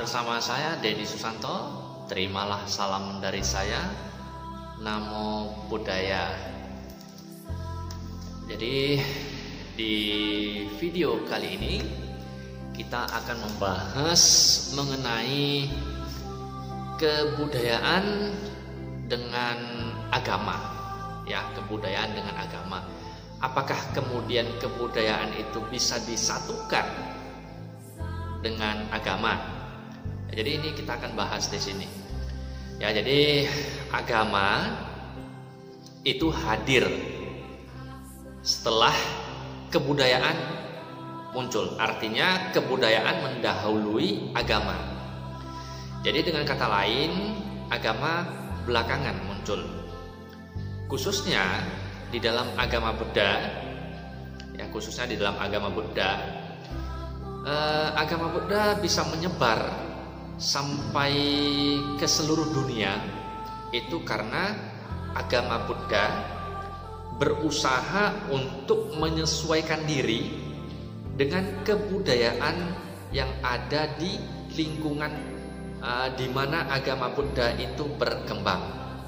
bersama saya Dedi Susanto. Terimalah salam dari saya. Namo Buddhaya. Jadi di video kali ini kita akan membahas mengenai kebudayaan dengan agama. Ya, kebudayaan dengan agama. Apakah kemudian kebudayaan itu bisa disatukan dengan agama? Jadi ini kita akan bahas di sini. Ya, jadi agama itu hadir setelah kebudayaan muncul. Artinya kebudayaan mendahului agama. Jadi dengan kata lain, agama belakangan muncul. Khususnya di dalam agama Buddha, ya khususnya di dalam agama Buddha, agama Buddha bisa menyebar sampai ke seluruh dunia itu karena agama Buddha berusaha untuk menyesuaikan diri dengan kebudayaan yang ada di lingkungan di mana agama Buddha itu berkembang.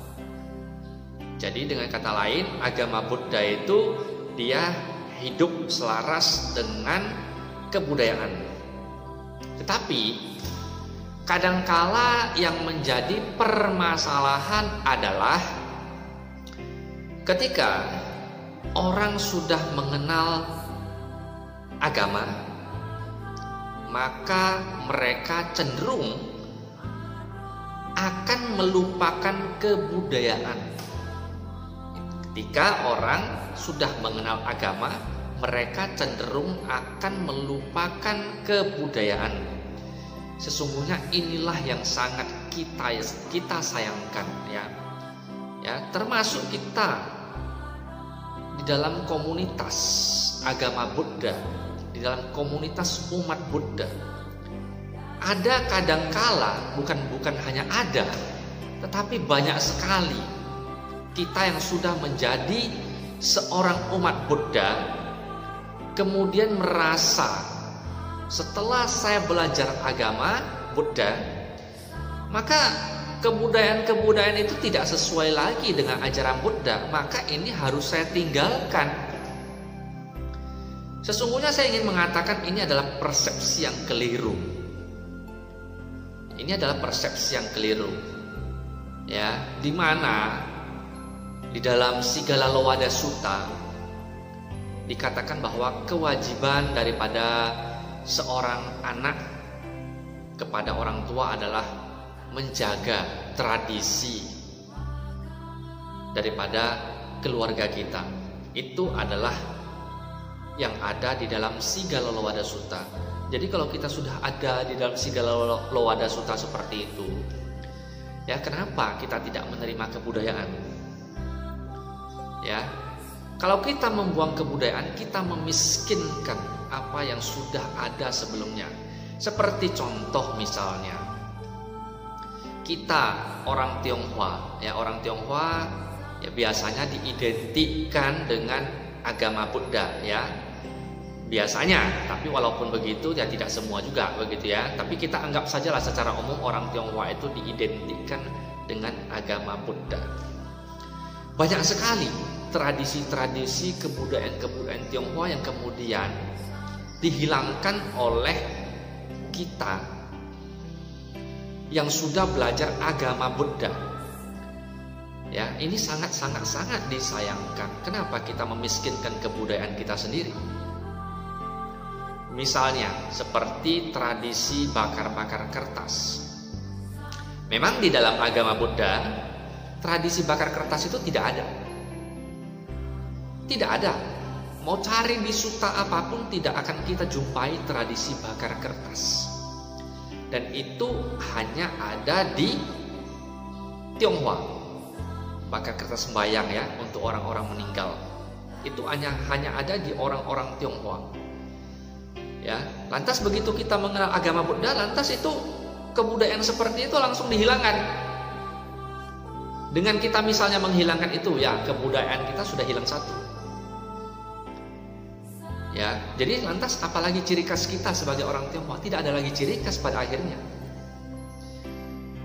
Jadi dengan kata lain, agama Buddha itu dia hidup selaras dengan kebudayaan. Tetapi kadangkala yang menjadi permasalahan adalah ketika orang sudah mengenal agama, maka mereka cenderung akan melupakan kebudayaan. Ketika orang sudah mengenal agama, mereka cenderung akan melupakan kebudayaan. Sesungguhnya inilah yang sangat kita sayangkan, ya. Ya, termasuk kita di dalam komunitas agama Buddha, di dalam komunitas umat Buddha. Ada kadangkala, bukan hanya ada, tetapi banyak sekali kita yang sudah menjadi seorang umat Buddha kemudian merasa setelah saya belajar agama Buddha, maka kebudayaan-kebudayaan itu tidak sesuai lagi dengan ajaran Buddha, maka ini harus saya tinggalkan. Sesungguhnya saya ingin mengatakan ini adalah persepsi yang keliru. Ini adalah persepsi yang keliru. Ya, di mana di dalam Sigalalowada Sutta dikatakan bahwa kewajiban daripada seorang anak kepada orang tua adalah menjaga tradisi daripada keluarga kita. Itu adalah yang ada di dalam Sigalalowada Sutta. Jadi kalau kita sudah ada di dalam Sigalalowada Sutta seperti itu, ya kenapa kita tidak menerima kebudayaan? Ya, kalau kita membuang kebudayaan, kita memiskinkan apa yang sudah ada sebelumnya. Seperti contoh misalnya, kita orang Tionghoa, ya orang Tionghoa ya biasanya diidentikan dengan agama Buddha, ya biasanya. Tapi walaupun begitu ya tidak semua juga begitu ya. Tapi kita anggap sajalah secara umum orang Tionghoa itu diidentikan dengan agama Buddha. Banyak sekali tradisi-tradisi kebudayaan-kebudayaan Tionghoa yang kemudian dihilangkan oleh kita yang sudah belajar agama Buddha. Ya, ini sangat disayangkan. Kenapa kita memiskinkan kebudayaan kita sendiri? Misalnya seperti tradisi bakar-bakar kertas. Memang di dalam agama Buddha tradisi bakar kertas itu tidak ada. Tidak ada. Mau cari di sutta apapun tidak akan kita jumpai tradisi bakar kertas. Dan itu hanya ada di Tionghoa. Bakar kertas sembahyang ya untuk orang-orang meninggal. Itu hanya ada di orang-orang Tionghoa. Ya, lantas begitu kita mengenal agama Buddha, lantas itu kebudayaan seperti itu langsung dihilangkan. Dengan kita misalnya menghilangkan itu, ya kebudayaan kita sudah hilang satu. Ya, jadi lantas apalagi ciri khas kita sebagai orang Tionghoa? Tidak ada lagi ciri khas pada akhirnya.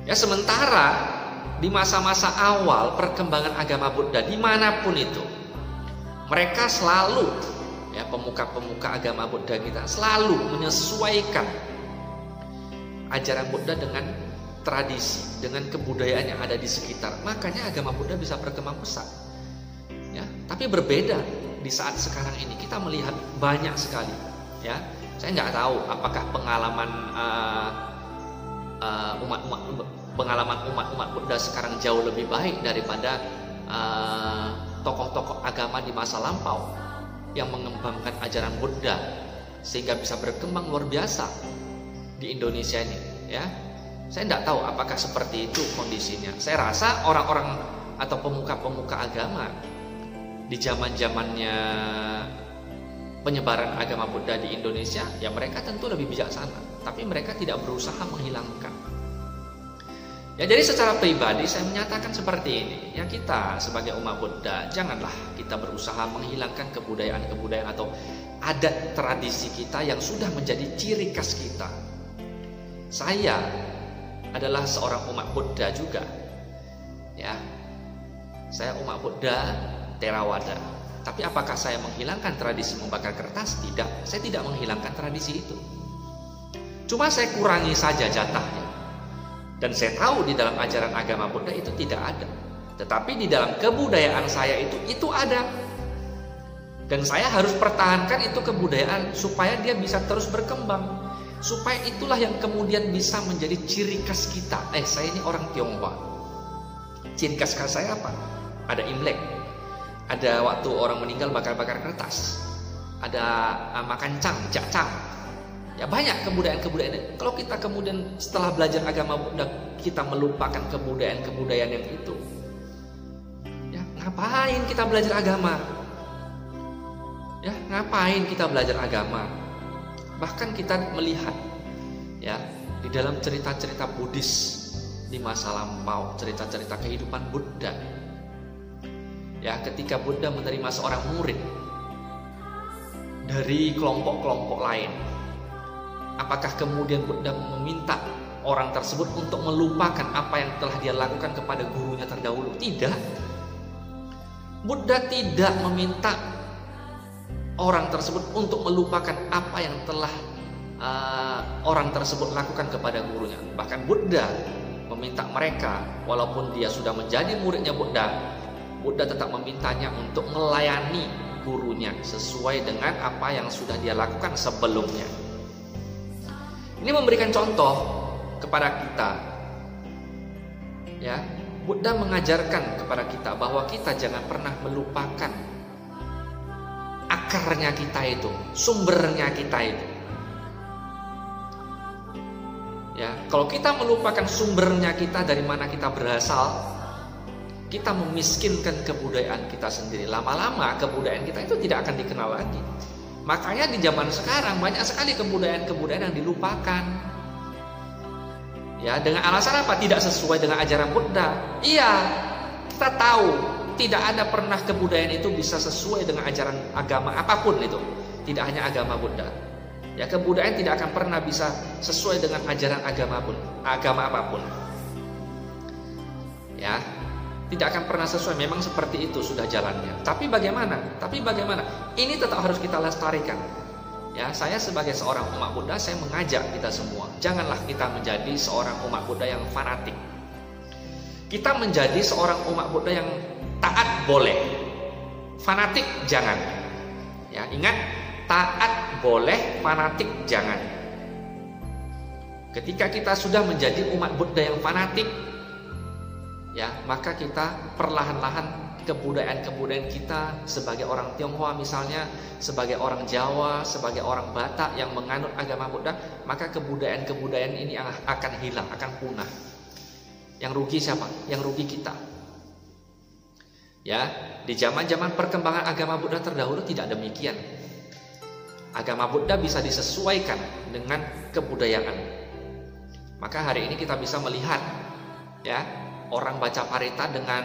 Ya, sementara di masa-masa awal perkembangan agama Buddha dimanapun itu, mereka selalu, ya, pemuka-pemuka agama Buddha kita selalu menyesuaikan ajaran Buddha dengan tradisi, dengan kebudayaan yang ada di sekitar. Makanya agama Buddha bisa berkembang pesat. Ya, tapi berbeda di saat sekarang ini kita melihat banyak sekali. Ya, saya nggak tahu apakah pengalaman umat-umat Buddha sekarang jauh lebih baik daripada tokoh-tokoh agama di masa lampau yang mengembangkan ajaran Buddha sehingga bisa berkembang luar biasa di Indonesia ini. Ya, saya tidak tahu apakah seperti itu kondisinya. Saya rasa orang-orang atau pemuka-pemuka agama di zaman-zamannya penyebaran agama Buddha di Indonesia, ya mereka tentu lebih bijaksana, tapi mereka tidak berusaha menghilangkan. Ya, jadi secara pribadi saya menyatakan seperti ini. Ya, kita sebagai umat Buddha janganlah kita berusaha menghilangkan kebudayaan-kebudayaan atau adat tradisi kita yang sudah menjadi ciri khas kita. Saya adalah seorang umat Buddha juga. Ya, saya umat Buddha Theravada. Tapi apakah saya menghilangkan tradisi membakar kertas? Tidak, saya tidak menghilangkan tradisi itu. Cuma saya kurangi saja jatahnya. Dan saya tahu di dalam ajaran agama Buddha itu tidak ada. Tetapi di dalam kebudayaan saya itu ada. Dan saya harus pertahankan itu kebudayaan supaya dia bisa terus berkembang. Supaya itulah yang kemudian bisa menjadi ciri khas kita. Saya ini orang Tionghoa. Ciri khas saya apa? Ada Imlek. Ada waktu orang meninggal bakar-bakar kertas. Ada makan jakcang. Ya, banyak kebudayaan-kebudayaan. Kalau kita kemudian setelah belajar agama Buddha kita melupakan kebudayaan-kebudayaan yang itu, ya ngapain kita belajar agama? Ya, ngapain kita belajar agama? Bahkan kita melihat, ya, di dalam cerita-cerita Buddhis di masa lampau, cerita-cerita kehidupan Buddha. Ya, ketika Buddha menerima seorang murid dari kelompok-kelompok lain, apakah kemudian Buddha meminta orang tersebut untuk melupakan apa yang telah dia lakukan kepada gurunya terdahulu? Tidak. Buddha tidak meminta orang tersebut untuk melupakan apa yang telah orang tersebut lakukan kepada gurunya. Bahkan Buddha meminta mereka, walaupun dia sudah menjadi muridnya Buddha tetap memintanya untuk melayani gurunya sesuai dengan apa yang sudah dia lakukan sebelumnya. Ini memberikan contoh kepada kita. Ya, Buddha mengajarkan kepada kita bahwa kita jangan pernah melupakan akarnya kita itu, sumbernya kita itu. Ya, kalau kita melupakan sumbernya kita, dari mana kita berasal, kita memiskinkan kebudayaan kita sendiri. Lama-lama kebudayaan kita itu tidak akan dikenal lagi. Makanya di zaman sekarang banyak sekali kebudayaan-kebudayaan yang dilupakan. Ya, dengan alasan apa? Tidak sesuai dengan ajaran Buddha. Iya, kita tahu tidak ada pernah kebudayaan itu bisa sesuai dengan ajaran agama apapun itu. Tidak hanya agama Buddha. Ya, kebudayaan tidak akan pernah bisa sesuai dengan ajaran agama apapun. Ya, tidak akan pernah sesuai. Memang seperti itu sudah jalannya. Tapi bagaimana? Ini tetap harus kita lestarikan. Ya, saya sebagai seorang umat Buddha, saya mengajak kita semua, janganlah kita menjadi seorang umat Buddha yang fanatik. Kita menjadi seorang umat Buddha yang taat boleh, fanatik jangan. Ya, ingat, taat boleh, fanatik jangan. Ketika kita sudah menjadi umat Buddha yang fanatik, ya, maka kita perlahan-lahan kebudayaan-kebudayaan kita sebagai orang Tionghoa misalnya, sebagai orang Jawa, sebagai orang Batak yang menganut agama Buddha, maka kebudayaan-kebudayaan ini akan hilang, akan punah. Yang rugi siapa? Yang rugi kita. Ya, di zaman-zaman perkembangan agama Buddha terdahulu tidak demikian. Agama Buddha bisa disesuaikan dengan kebudayaan. Maka hari ini kita bisa melihat, ya, orang baca parita dengan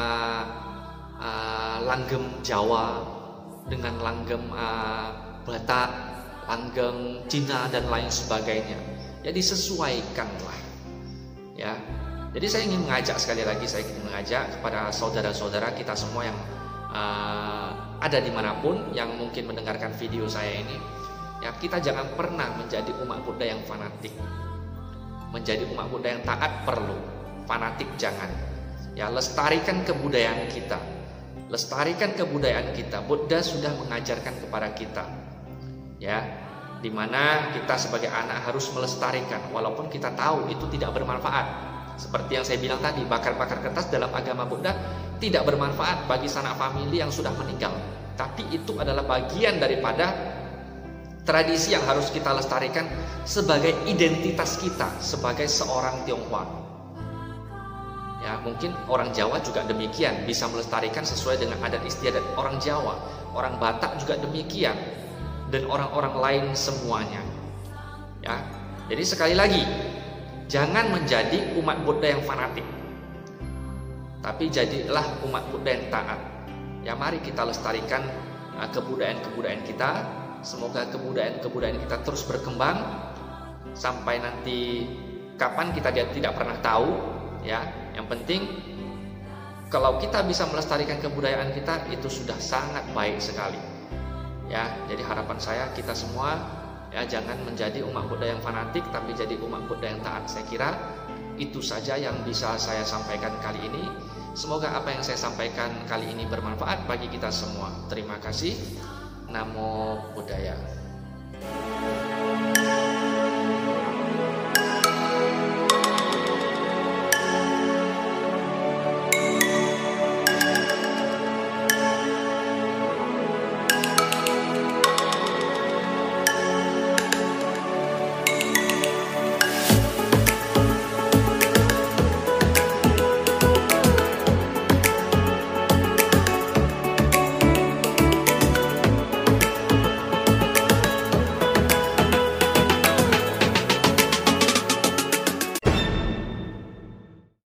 langgeng Jawa, dengan langgeng Batak, langgeng Cina dan lain sebagainya. Ya, disesuaikanlah. Ya, Jadi saya ingin mengajak, sekali lagi saya ingin mengajak kepada saudara-saudara kita semua yang ada dimanapun yang mungkin mendengarkan video saya ini, ya, kita jangan pernah menjadi umat Buddha yang fanatik. Menjadi umat Buddha yang taat perlu, fanatik jangan. Ya, lestarikan kebudayaan kita. Lestarikan kebudayaan kita. Buddha sudah mengajarkan kepada kita, ya, dimana kita sebagai anak harus melestarikan, walaupun kita tahu itu tidak bermanfaat. Seperti yang saya bilang tadi, bakar-bakar kertas dalam agama Buddha tidak bermanfaat bagi sanak famili yang sudah meninggal. Tapi itu adalah bagian daripada tradisi yang harus kita lestarikan sebagai identitas kita sebagai seorang Tionghoa. Ya, mungkin orang Jawa juga demikian, bisa melestarikan sesuai dengan adat istiadat orang Jawa. Orang Batak juga demikian, dan orang-orang lain semuanya. Ya, jadi sekali lagi, jangan menjadi umat Buddha yang fanatik, tapi jadilah umat Buddha yang taat. Ya, mari kita lestarikan kebudayaan-kebudayaan kita. Semoga kebudayaan-kebudayaan kita terus berkembang sampai nanti kapan kita tidak pernah tahu. Ya, yang penting kalau kita bisa melestarikan kebudayaan kita, itu sudah sangat baik sekali. Ya, jadi harapan saya kita semua, ya, jangan menjadi umat Buddha yang fanatik, tapi jadi umat Buddha yang taat. Saya kira itu saja yang bisa saya sampaikan kali ini. Semoga apa yang saya sampaikan kali ini bermanfaat bagi kita semua. Terima kasih. Namo Buddhaya.